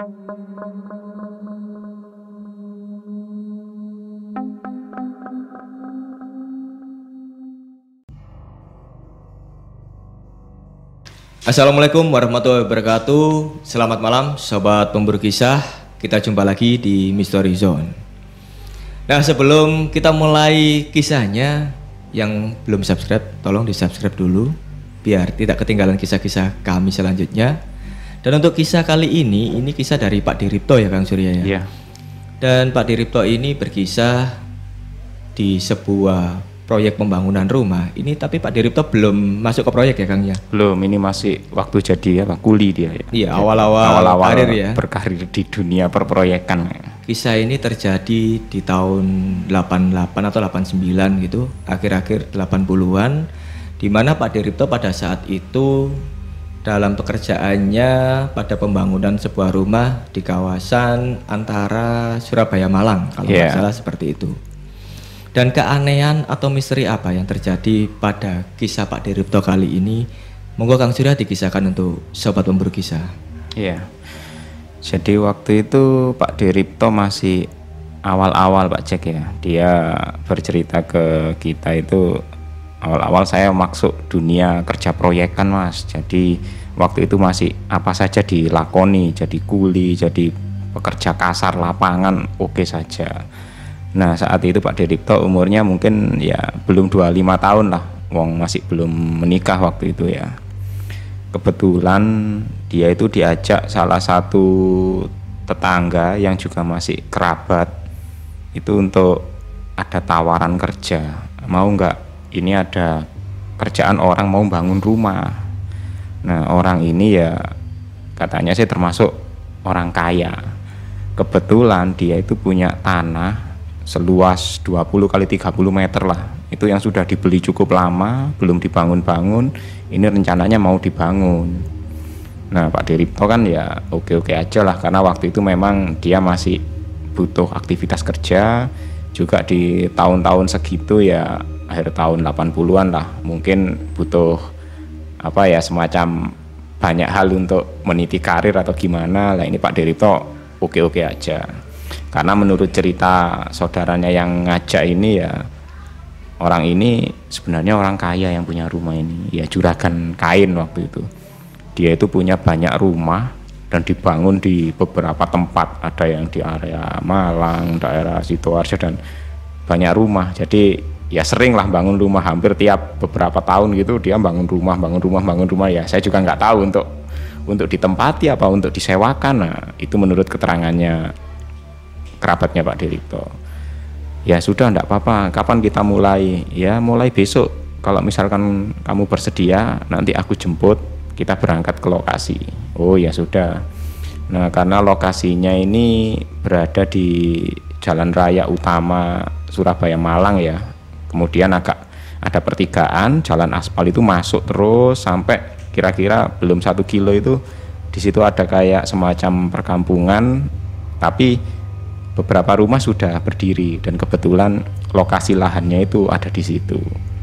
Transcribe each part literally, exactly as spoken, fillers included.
Assalamualaikum warahmatullahi wabarakatuh. Selamat malam sobat pemburu kisah. Kita jumpa lagi di Mystery Zone. Nah, sebelum kita mulai kisahnya, yang belum subscribe tolong di subscribe dulu biar tidak ketinggalan kisah-kisah kami selanjutnya. Dan untuk kisah kali ini, ini kisah dari Pak Diripto ya Kang Surya ya. Iya. Dan Pak Diripto ini berkisah di sebuah proyek pembangunan rumah. Ini tapi Pak Diripto belum masuk ke proyek ya Kang ya? Belum, ini masih waktu jadi apa kuli dia ya. Iya, awal-awal awal-awal karir ya. Berkarir di dunia perproyekan. Kisah ini terjadi di tahun delapan delapan atau delapan sembilan gitu, akhir-akhir delapan puluhan, di mana Pak Diripto pada saat itu dalam pekerjaannya pada pembangunan sebuah rumah di kawasan antara Surabaya Malang kalau Yeah. nggak salah seperti itu. Dan keanehan atau misteri apa yang terjadi pada kisah Pak Diripto kali ini? Monggo Kang Surya dikisahkan untuk sobat pemburu kisah. Iya. Jadi waktu itu Pak Diripto masih awal-awal Pak Jack ya. Dia bercerita ke kita itu awal-awal saya masuk dunia kerja proyekan Mas. Jadi waktu itu masih apa saja dilakoni, jadi kuli, jadi pekerja kasar lapangan oke saja. Nah saat itu Pak Diripto umurnya mungkin ya belum dua puluh lima tahun lah, wong masih belum menikah waktu itu ya. Kebetulan dia itu diajak salah satu tetangga yang juga masih kerabat itu untuk ada tawaran kerja, mau nggak ini ada kerjaan orang mau bangun rumah. Nah orang ini ya katanya sih termasuk orang kaya, kebetulan dia itu punya tanah seluas dua puluh kali tiga puluh meter lah, itu yang sudah dibeli cukup lama, belum dibangun-bangun, ini rencananya mau dibangun. Nah Pak Diripto kan ya oke-oke aja lah, karena waktu itu memang dia masih butuh aktivitas kerja, juga di tahun-tahun segitu ya akhir tahun delapan puluhan lah, mungkin butuh apa ya semacam banyak hal untuk meniti karir atau gimana lah, ini Pak Diripto oke-oke aja. Karena menurut cerita saudaranya yang ngajak ini ya, orang ini sebenarnya orang kaya yang punya rumah ini, ya juragan kain waktu itu. Dia itu punya banyak rumah dan dibangun di beberapa tempat, ada yang di area Malang, daerah Sidoarjo dan banyak rumah. Jadi ya sering lah bangun rumah, hampir tiap beberapa tahun gitu dia bangun rumah, bangun rumah, bangun rumah ya. Saya juga nggak tahu untuk untuk ditempati apa untuk disewakan. Nah itu menurut keterangannya kerabatnya Pak Diripto. Ya sudah enggak apa-apa, kapan kita mulai? Ya mulai besok, kalau misalkan kamu bersedia nanti aku jemput, kita berangkat ke lokasi. Oh ya sudah. Nah karena lokasinya ini berada di jalan raya utama Surabaya Malang ya, kemudian agak ada pertigaan, jalan aspal itu masuk terus sampai kira-kira belum satu kilo itu, di situ ada kayak semacam perkampungan, tapi beberapa rumah sudah berdiri dan kebetulan lokasi lahannya itu ada di situ.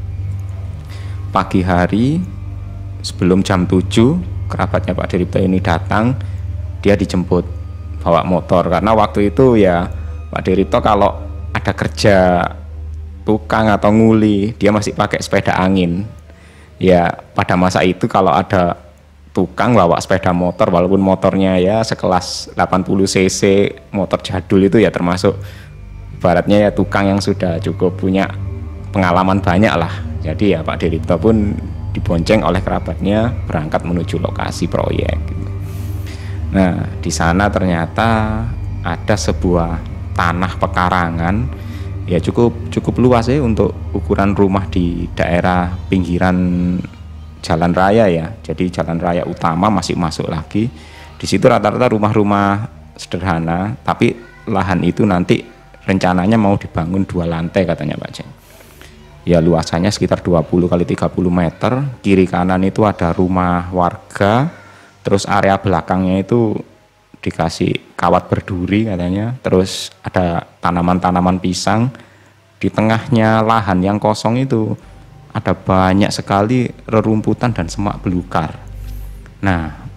Pagi hari sebelum jam tujuh kerabatnya Pak Diripto ini datang, dia dijemput bawa motor, karena waktu itu ya Pak Diripto kalau ada kerja tukang atau nguli dia masih pakai sepeda angin. Ya pada masa itu kalau ada tukang bawa sepeda motor, walaupun motornya ya sekelas delapan puluh cc motor jadul itu ya termasuk ibaratnya ya tukang yang sudah cukup punya pengalaman banyak lah. Jadi ya Pak Diripto pun dibonceng oleh kerabatnya berangkat menuju lokasi proyek. Nah di sana ternyata ada sebuah tanah pekarangan ya cukup cukup luas ya untuk ukuran rumah di daerah pinggiran jalan raya ya. Jadi jalan raya utama masih masuk lagi. Di situ rata-rata rumah-rumah sederhana, tapi lahan itu nanti rencananya mau dibangun dua lantai katanya Pak Ceng. Ya luasannya sekitar dua puluh kali tiga puluh meter. Kiri kanan itu ada rumah warga. Terus area belakangnya itu dikasih kawat berduri katanya. Terus ada tanaman-tanaman pisang. Di tengahnya lahan yang kosong itu ada banyak sekali rerumputan dan semak belukar. Nah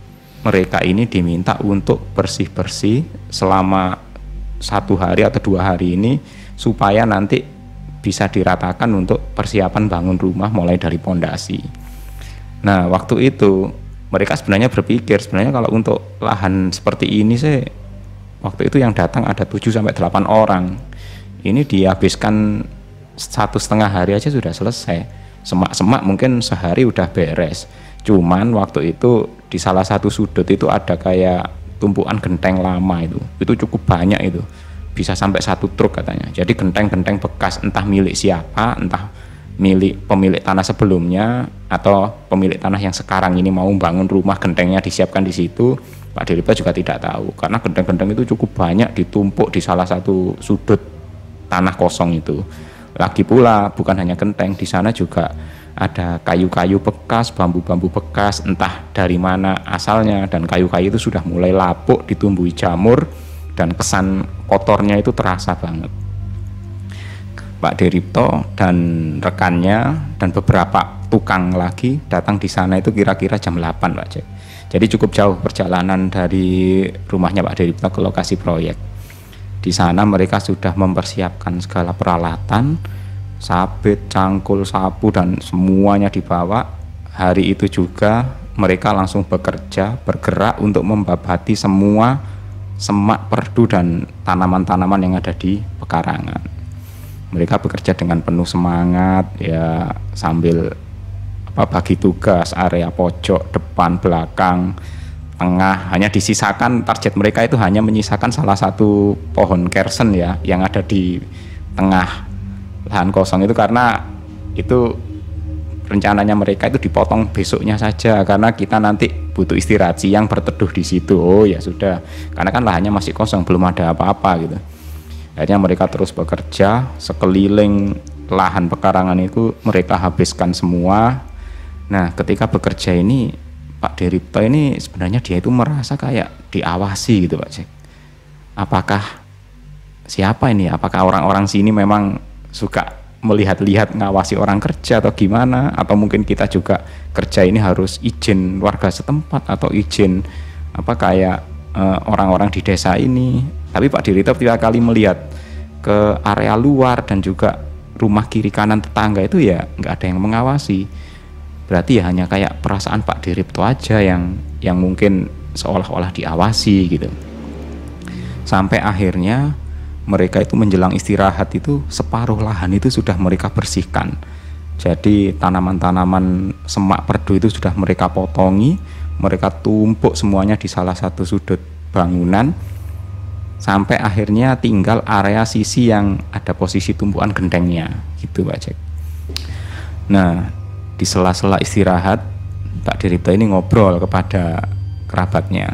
mereka ini diminta untuk bersih-bersih selama satu hari atau dua hari ini supaya nanti bisa diratakan untuk persiapan bangun rumah mulai dari pondasi. Nah, waktu itu mereka sebenarnya berpikir sebenarnya kalau untuk lahan seperti ini sih waktu itu yang datang ada tujuh sampai delapan orang. Ini dihabiskan satu setengah hari aja sudah selesai. Semak-semak mungkin sehari udah beres. Cuman waktu itu di salah satu sudut itu ada kayak tumpuan genteng lama itu. Itu cukup banyak itu. Bisa sampai satu truk katanya. Jadi genteng-genteng bekas entah milik siapa, entah milik pemilik tanah sebelumnya atau pemilik tanah yang sekarang ini mau bangun rumah, gentengnya disiapkan di situ. Pak Diripto juga tidak tahu karena genteng-genteng itu cukup banyak ditumpuk di salah satu sudut tanah kosong itu. Lagi pula bukan hanya genteng, di sana juga ada kayu-kayu bekas, bambu-bambu bekas, entah dari mana asalnya, dan kayu-kayu itu sudah mulai lapuk, ditumbuhi jamur, dan kesan kotornya itu terasa banget. Pak Diripto dan rekannya dan beberapa tukang lagi datang di sana itu kira-kira jam delapan, Pak Cek. Jadi cukup jauh perjalanan dari rumahnya Pak Diripto ke lokasi proyek. Di sana mereka sudah mempersiapkan segala peralatan, sabit, cangkul, sapu, dan semuanya dibawa. Hari itu juga mereka langsung bekerja, bergerak untuk membabati semua semak, perdu, dan tanaman-tanaman yang ada di pekarangan. Mereka bekerja dengan penuh semangat, ya sambil apa, bagi tugas area pojok, depan, belakang, tengah. Hanya disisakan, target mereka itu hanya menyisakan salah satu pohon kersen ya yang ada di tengah lahan kosong itu, karena itu rencananya mereka itu dipotong besoknya saja karena kita nanti butuh istirahat siang berteduh di situ. Oh ya sudah, karena kan lahannya masih kosong, belum ada apa-apa gitu. Akhirnya mereka terus bekerja sekeliling lahan pekarangan itu mereka habiskan semua. Nah, ketika bekerja ini Pak Diripto ini sebenarnya dia itu merasa kayak diawasi gitu Pak Cek. Apakah siapa ini? Apakah orang-orang sini memang suka melihat-lihat ngawasi orang kerja atau gimana? Atau mungkin kita juga kerja ini harus izin warga setempat atau izin apa kayak eh, orang-orang di desa ini? Tapi Pak Diripto tiap kali melihat ke area luar dan juga rumah kiri kanan tetangga itu ya nggak ada yang mengawasi. Berarti ya hanya kayak perasaan Pak Diripto aja yang yang mungkin seolah-olah diawasi gitu. Sampai akhirnya mereka itu menjelang istirahat itu separuh lahan itu sudah mereka bersihkan. Jadi tanaman-tanaman semak perdu itu sudah mereka potongi, mereka tumpuk semuanya di salah satu sudut bangunan. Sampai akhirnya tinggal area sisi yang ada posisi tumpuan gentengnya gitu Pak Cek. Nah, di sela-sela istirahat Pak Diripto ini ngobrol kepada kerabatnya.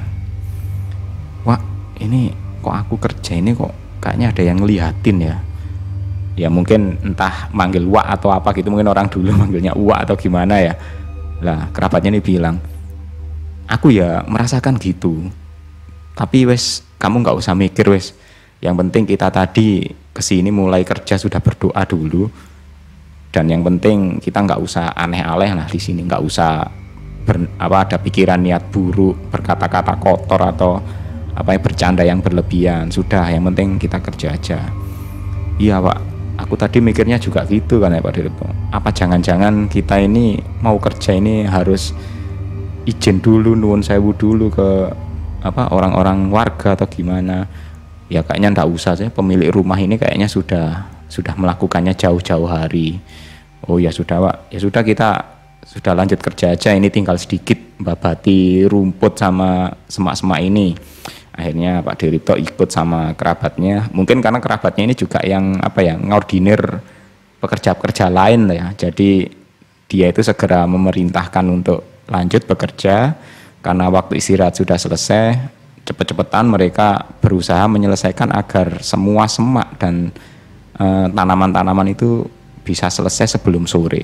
Wah, ini kok aku kerja ini kok kayaknya ada yang ngeliatin ya. Ya mungkin entah manggil Wak atau apa gitu, mungkin orang dulu manggilnya Wak atau gimana ya. Lah kerabatnya ini bilang, aku ya merasakan gitu. Tapi wes kamu nggak usah mikir wes. Yang penting kita tadi kesini mulai kerja sudah berdoa dulu. Dan yang penting kita nggak usah aneh-aneh lah di sini, nggak usah ber, apa ada pikiran niat buruk, berkata-kata kotor atau apa yang bercanda yang berlebihan. Sudah, yang penting kita kerja aja. Iya Pak, aku tadi mikirnya juga gitu kan ya Pak Diripto. Apa jangan-jangan kita ini mau kerja ini harus izin dulu, nuwun sewu dulu ke apa orang-orang warga atau gimana? Ya kayaknya ndak usah sih, pemilik rumah ini kayaknya sudah sudah melakukannya jauh-jauh hari. Oh ya sudah Pak, ya sudah kita sudah lanjut kerja aja, ini tinggal sedikit babati rumput sama semak-semak ini. Akhirnya Pak Diripto ikut sama kerabatnya, mungkin karena kerabatnya ini juga yang apa ya, ngordinir pekerja-pekerja lain ya. Jadi dia itu segera memerintahkan untuk lanjut bekerja karena waktu istirahat sudah selesai. Cepet-cepetan mereka berusaha menyelesaikan agar semua semak dan eh, tanaman-tanaman itu bisa selesai sebelum sore.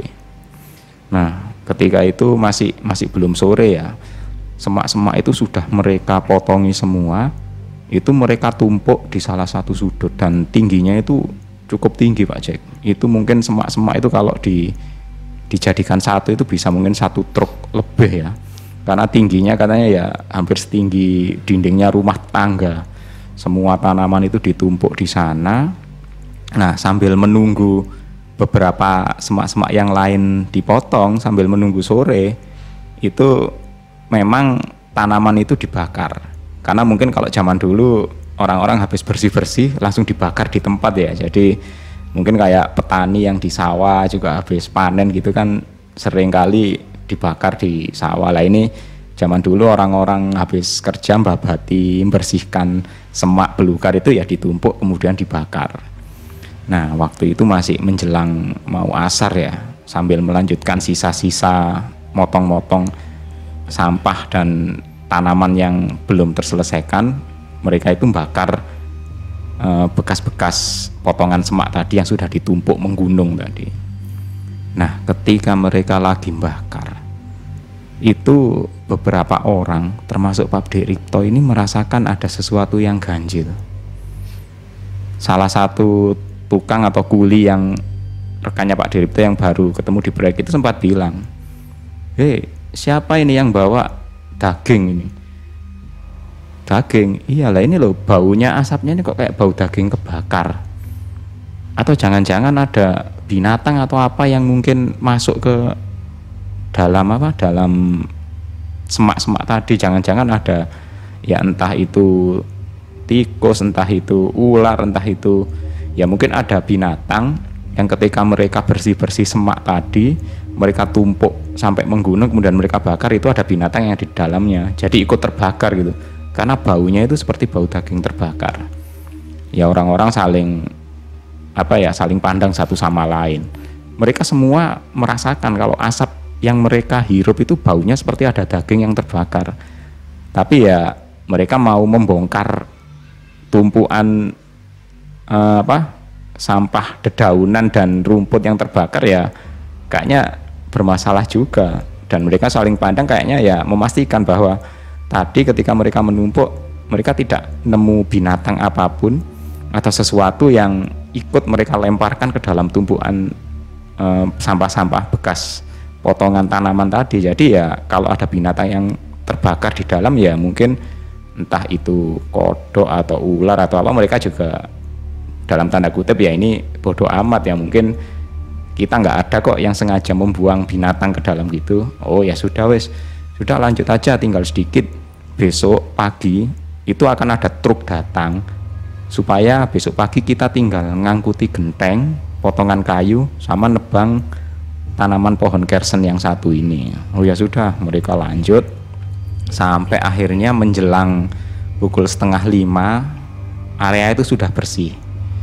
Nah, ketika itu masih masih belum sore ya, semak-semak itu sudah mereka potongi semua, itu mereka tumpuk di salah satu sudut dan tingginya itu cukup tinggi Pak Jack. Itu mungkin semak-semak itu kalau di dijadikan satu itu bisa mungkin satu truk lebih ya. karena tingginya katanya ya hampir setinggi dindingnya rumah tangga. Semua tanaman itu ditumpuk di sana. Nah, sambil menunggu beberapa semak-semak yang lain dipotong, sambil menunggu sore, itu memang tanaman itu dibakar. Karena mungkin kalau zaman dulu orang-orang habis bersih-bersih langsung dibakar di tempat ya. Jadi mungkin kayak petani yang di sawah juga habis panen gitu kan sering kali dibakar di sawah. Lah ini zaman dulu orang-orang habis kerja mbabati, membersihkan semak belukar itu ya ditumpuk kemudian dibakar. Nah, waktu itu masih menjelang mau asar ya, sambil melanjutkan sisa-sisa motong-motong sampah dan tanaman yang belum terselesaikan, mereka itu membakar eh, bekas-bekas potongan semak tadi yang sudah ditumpuk menggunung tadi. Nah, ketika mereka lagi membakar, itu beberapa orang termasuk Pak Ripto ini merasakan ada sesuatu yang ganjil. Salah satu tukang atau kuli yang rekannya Pak Ripto yang baru ketemu di proyek itu sempat bilang, "Hei, siapa ini yang bawa daging ini?" Daging? Iyalah, ini loh baunya, asapnya ini kok kayak bau daging kebakar. Atau jangan-jangan ada binatang atau apa yang mungkin masuk ke dalam apa dalam semak-semak tadi, jangan-jangan ada ya entah itu tikus, entah itu ular, entah itu ya mungkin ada binatang yang ketika mereka bersih-bersih semak tadi, mereka tumpuk sampai menggunung kemudian mereka bakar, itu ada binatang yang di dalamnya jadi ikut terbakar gitu, karena baunya itu seperti bau daging terbakar. Ya orang-orang saling apa ya saling pandang satu sama lain. Mereka semua merasakan kalau asap yang mereka hirup itu baunya seperti ada daging yang terbakar. Tapi ya mereka mau membongkar tumpuan eh, apa sampah dedaunan dan rumput yang terbakar ya kayaknya bermasalah juga. Dan mereka saling pandang kayaknya ya memastikan bahwa tadi ketika mereka menumpuk, mereka tidak nemu binatang apapun atau sesuatu yang ikut mereka lemparkan ke dalam tumpuan eh, sampah-sampah bekas potongan tanaman tadi. Jadi ya kalau ada binatang yang terbakar di dalam ya mungkin entah itu kodok atau ular atau apa, mereka juga dalam tanda kutip ya ini bodoh amat ya, mungkin kita nggak ada kok yang sengaja membuang binatang ke dalam gitu. Oh ya sudah wes, sudah lanjut aja, tinggal sedikit, besok pagi itu akan ada truk datang supaya besok pagi kita tinggal ngangkuti genteng, potongan kayu sama nebang tanaman pohon kersen yang satu ini. Oh ya sudah, mereka lanjut sampai akhirnya menjelang pukul setengah lima area itu sudah bersih.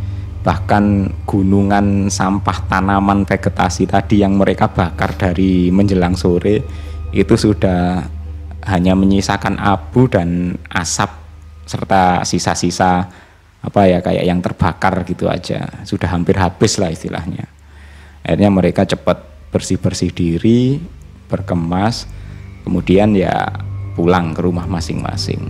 Bahkan gunungan sampah tanaman vegetasi tadi yang mereka bakar dari menjelang sore itu sudah hanya menyisakan abu dan asap serta sisa-sisa apa ya kayak yang terbakar gitu aja. Sudah hampir habis lah istilahnya. Akhirnya mereka cepat bersih-bersih diri, berkemas, kemudian ya pulang ke rumah masing-masing.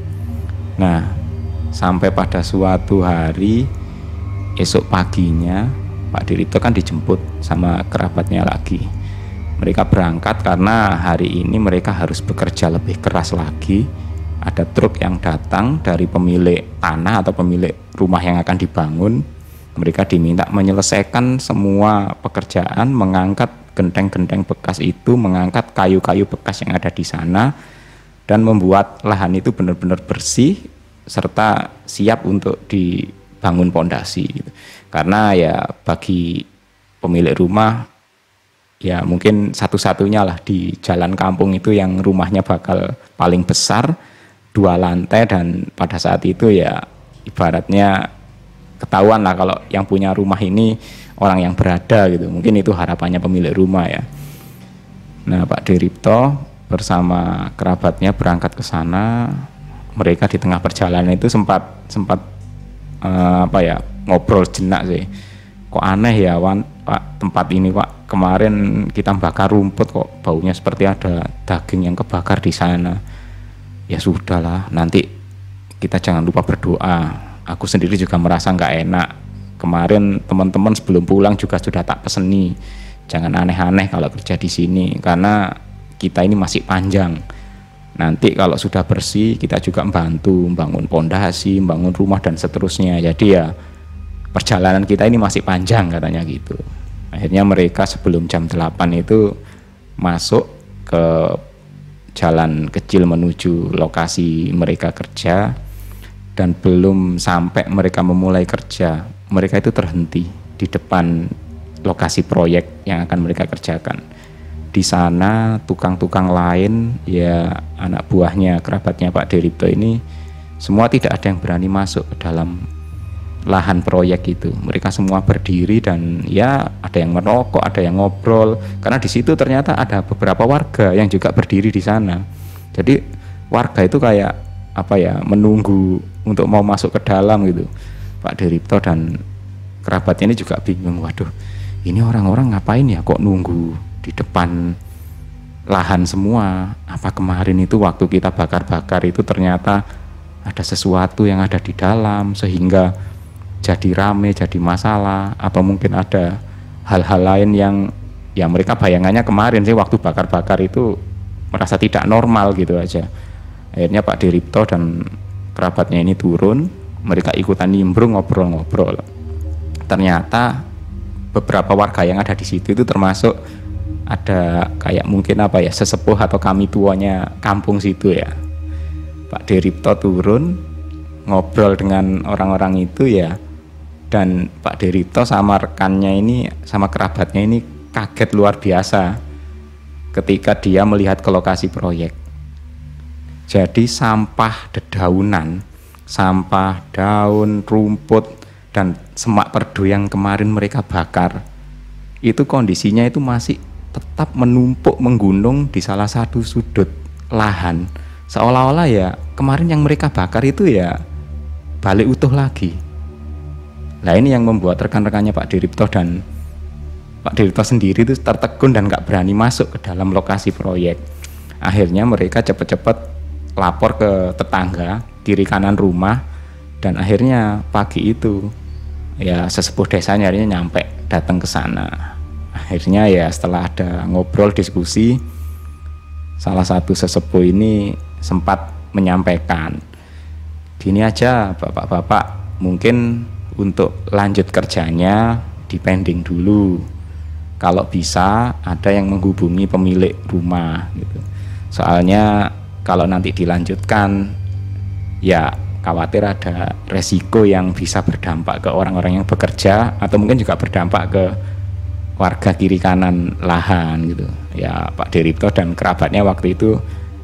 Nah, sampai pada suatu hari esok paginya Pak Ripto kan dijemput sama kerabatnya lagi. Mereka berangkat karena hari ini mereka harus bekerja lebih keras lagi. Ada truk yang datang dari pemilik tanah atau pemilik rumah yang akan dibangun. Mereka diminta menyelesaikan semua pekerjaan, mengangkat genteng-genteng bekas itu, mengangkat kayu-kayu bekas yang ada di sana, dan membuat lahan itu benar-benar bersih serta siap untuk dibangun pondasi gitu. Karena ya bagi pemilik rumah ya mungkin satu-satunya lah di jalan kampung itu yang rumahnya bakal paling besar, dua lantai, dan pada saat itu ya ibaratnya ketahuan lah kalau yang punya rumah ini orang yang berada gitu. Mungkin itu harapannya pemilik rumah ya. Nah, Pak Ripto bersama kerabatnya berangkat ke sana. Mereka di tengah perjalanan itu sempat sempat uh, apa ya ngobrol jenak sih. Kok aneh ya Wan, Pak, tempat ini Pak, kemarin kita bakar rumput kok baunya seperti ada daging yang kebakar di sana. Ya sudahlah, nanti kita jangan lupa berdoa. Aku sendiri juga merasa nggak enak. Kemarin teman-teman sebelum pulang juga sudah tak peseni, jangan aneh-aneh kalau kerja di sini karena kita ini masih panjang. Nanti kalau sudah bersih kita juga membantu membangun pondasi, membangun rumah dan seterusnya. Jadi ya perjalanan kita ini masih panjang katanya gitu. Akhirnya mereka sebelum jam delapan itu masuk ke jalan kecil menuju lokasi mereka kerja, dan belum sampai mereka memulai kerja, mereka itu terhenti di depan lokasi proyek yang akan mereka kerjakan. Di sana tukang-tukang lain, ya anak buahnya, kerabatnya Pak Deripto ini, semua tidak ada yang berani masuk ke dalam lahan proyek itu. Mereka semua berdiri dan ya ada yang merokok, ada yang ngobrol, karena di situ ternyata ada beberapa warga yang juga berdiri di sana. Jadi warga itu kayak apa ya, menunggu untuk mau masuk ke dalam gitu. Pak Deripto dan kerabatnya ini juga bingung, waduh ini orang-orang ngapain ya kok nunggu di depan lahan semua? Apa kemarin itu waktu kita bakar-bakar itu ternyata ada sesuatu yang ada di dalam sehingga jadi rame, jadi masalah, atau mungkin ada hal-hal lain yang ya mereka bayangannya kemarin sih waktu bakar-bakar itu merasa tidak normal gitu aja. Akhirnya Pak Deripto dan kerabatnya ini turun, mereka ikutan nimbrung ngobrol-ngobrol. Ternyata beberapa warga yang ada di situ itu termasuk ada kayak mungkin apa ya, sesepuh atau kami tuanya kampung situ ya. Pak Deripto turun ngobrol dengan orang-orang itu ya, dan Pak Deripto sama rekannya ini, sama kerabatnya ini kaget luar biasa ketika dia melihat ke lokasi proyek. Jadi sampah dedaunan, sampah daun, rumput, dan semak perdu yang kemarin mereka bakar, itu kondisinya itu masih tetap menumpuk menggunung di salah satu sudut lahan, seolah-olah ya kemarin yang mereka bakar itu ya balik utuh lagi. Nah ini yang membuat rekan-rekannya Pak Deripto dan Pak Deripto sendiri itu tertegun dan nggak berani masuk ke dalam lokasi proyek. Akhirnya mereka cepat-cepat lapor ke tetangga kiri kanan rumah, dan akhirnya pagi itu ya sesepuh desanya akhirnya nyampe datang ke sana. Akhirnya ya setelah ada ngobrol diskusi, salah satu sesepuh ini sempat menyampaikan, gini aja bapak-bapak, mungkin untuk lanjut kerjanya dipending dulu, kalau bisa ada yang menghubungi pemilik rumah gitu. Soalnya kalau nanti dilanjutkan ya khawatir ada resiko yang bisa berdampak ke orang-orang yang bekerja, atau mungkin juga berdampak ke warga kiri kanan lahan gitu. Ya Pak Deripto dan kerabatnya waktu itu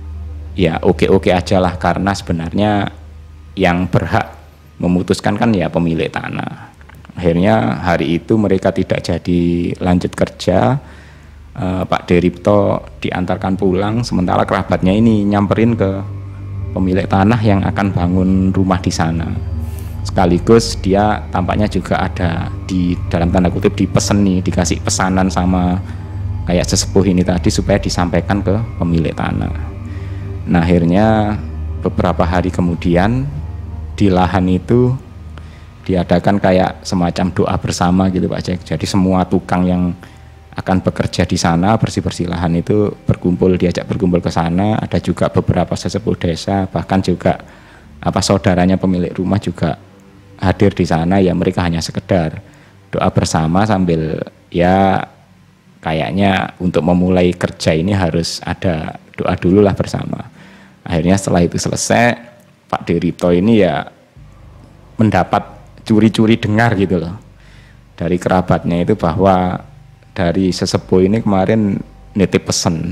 ya oke-oke aja lah, karena sebenarnya yang berhak memutuskan kan ya pemilik tanah. Akhirnya hari itu mereka tidak jadi lanjut kerja. eh, Pak Deripto diantarkan pulang, sementara kerabatnya ini nyamperin ke pemilik tanah yang akan bangun rumah di sana. Sekaligus dia tampaknya juga ada di dalam tanda kutip dipesen nih, dikasih pesanan sama kayak sesepuh ini tadi supaya disampaikan ke pemilik tanah. Nah akhirnya beberapa hari kemudian di lahan itu diadakan kayak semacam doa bersama gitu Pak Cek. Jadi semua tukang yang akan bekerja di sana bersih-bersih lahan itu berkumpul, diajak berkumpul ke sana. Ada juga beberapa sesepuh desa, bahkan juga apa saudaranya pemilik rumah juga hadir di sana. Ya mereka hanya sekedar doa bersama sambil ya kayaknya untuk memulai kerja ini harus ada doa dulu lah bersama. Akhirnya setelah itu selesai, Pak Deripto ini ya mendapat curi-curi dengar gitu loh dari kerabatnya itu, bahwa dari sesepuh ini kemarin nitip pesen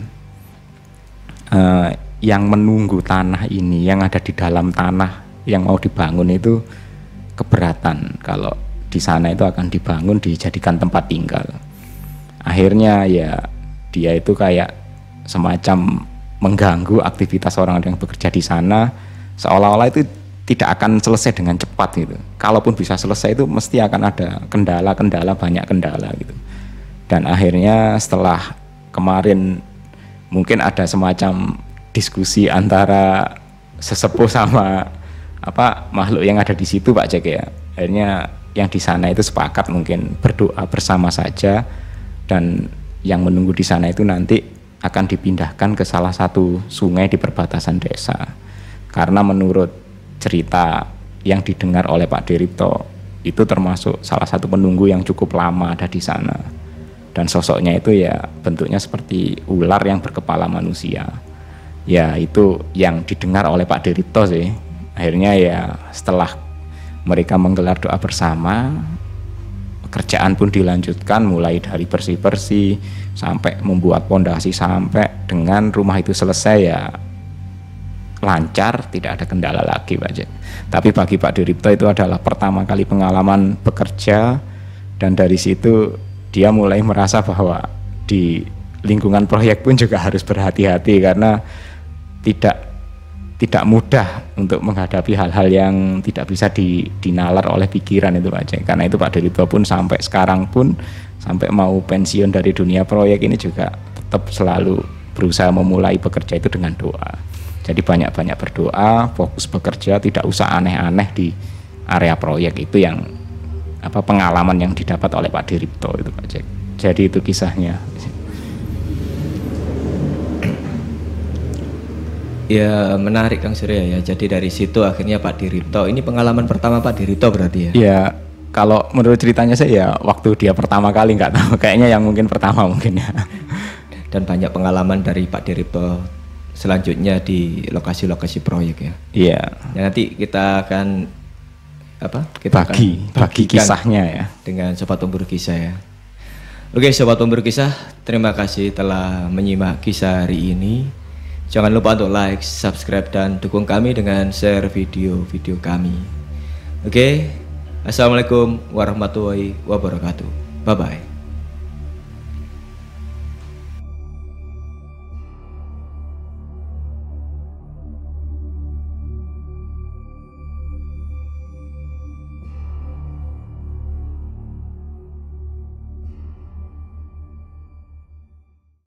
uh, yang menunggu tanah ini, yang ada di dalam tanah yang mau dibangun itu keberatan kalau di sana itu akan dibangun dijadikan tempat tinggal. Akhirnya ya dia itu kayak semacam mengganggu aktivitas orang-orang yang bekerja di sana, seolah-olah itu tidak akan selesai dengan cepat gitu. Kalaupun bisa selesai itu mesti akan ada kendala-kendala, banyak kendala gitu. Dan akhirnya setelah kemarin mungkin ada semacam diskusi antara sesepuh sama apa makhluk yang ada di situ Pak Cek ya. Akhirnya yang di sana itu sepakat mungkin berdoa bersama saja, dan yang menunggu di sana itu nanti akan dipindahkan ke salah satu sungai di perbatasan desa. Karena menurut cerita yang didengar oleh Pak Deripto, itu termasuk salah satu penunggu yang cukup lama ada di sana. Dan sosoknya itu ya bentuknya seperti ular yang berkepala manusia. Ya itu yang didengar oleh Pak Deripto sih. Akhirnya ya setelah mereka menggelar doa bersama, pekerjaan pun dilanjutkan mulai dari bersih-bersih sampai membuat pondasi, sampai dengan rumah itu selesai ya lancar, tidak ada kendala lagi Pak Jack. Tapi bagi Pak Deripto itu adalah pertama kali pengalaman bekerja, dan dari situ dia mulai merasa bahwa di lingkungan proyek pun juga harus berhati-hati karena tidak tidak mudah untuk menghadapi hal-hal yang tidak bisa di, dinalar oleh pikiran itu Pak Jack. Karena itu Pak Deripto pun sampai sekarang pun, sampai mau pensiun dari dunia proyek ini juga tetap selalu berusaha memulai bekerja itu dengan doa. Jadi banyak-banyak berdoa, fokus bekerja, tidak usah aneh-aneh di area proyek. Itu yang apa pengalaman yang didapat oleh Pak Deripto itu Pak Jack. Jadi itu kisahnya. Ya menarik Kang Surya ya. Jadi dari situ akhirnya Pak Deripto, ini pengalaman pertama Pak Deripto berarti ya? Ya kalau menurut ceritanya saya ya waktu dia pertama kali nggak tahu, kayaknya yang mungkin pertama mungkin ya. Dan banyak pengalaman dari Pak Deripto selanjutnya di lokasi-lokasi proyek ya. Iya. Ya, nanti kita akan apa? Kita bagi akan bagi kisahnya ya dengan Sobat Pemburu Kisah ya. Oke Sobat Pemburu Kisah, terima kasih telah menyimak kisah hari ini. Jangan lupa untuk like, subscribe, dan dukung kami dengan share video-video kami. Oke, Assalamualaikum warahmatullahi wabarakatuh. Bye-bye.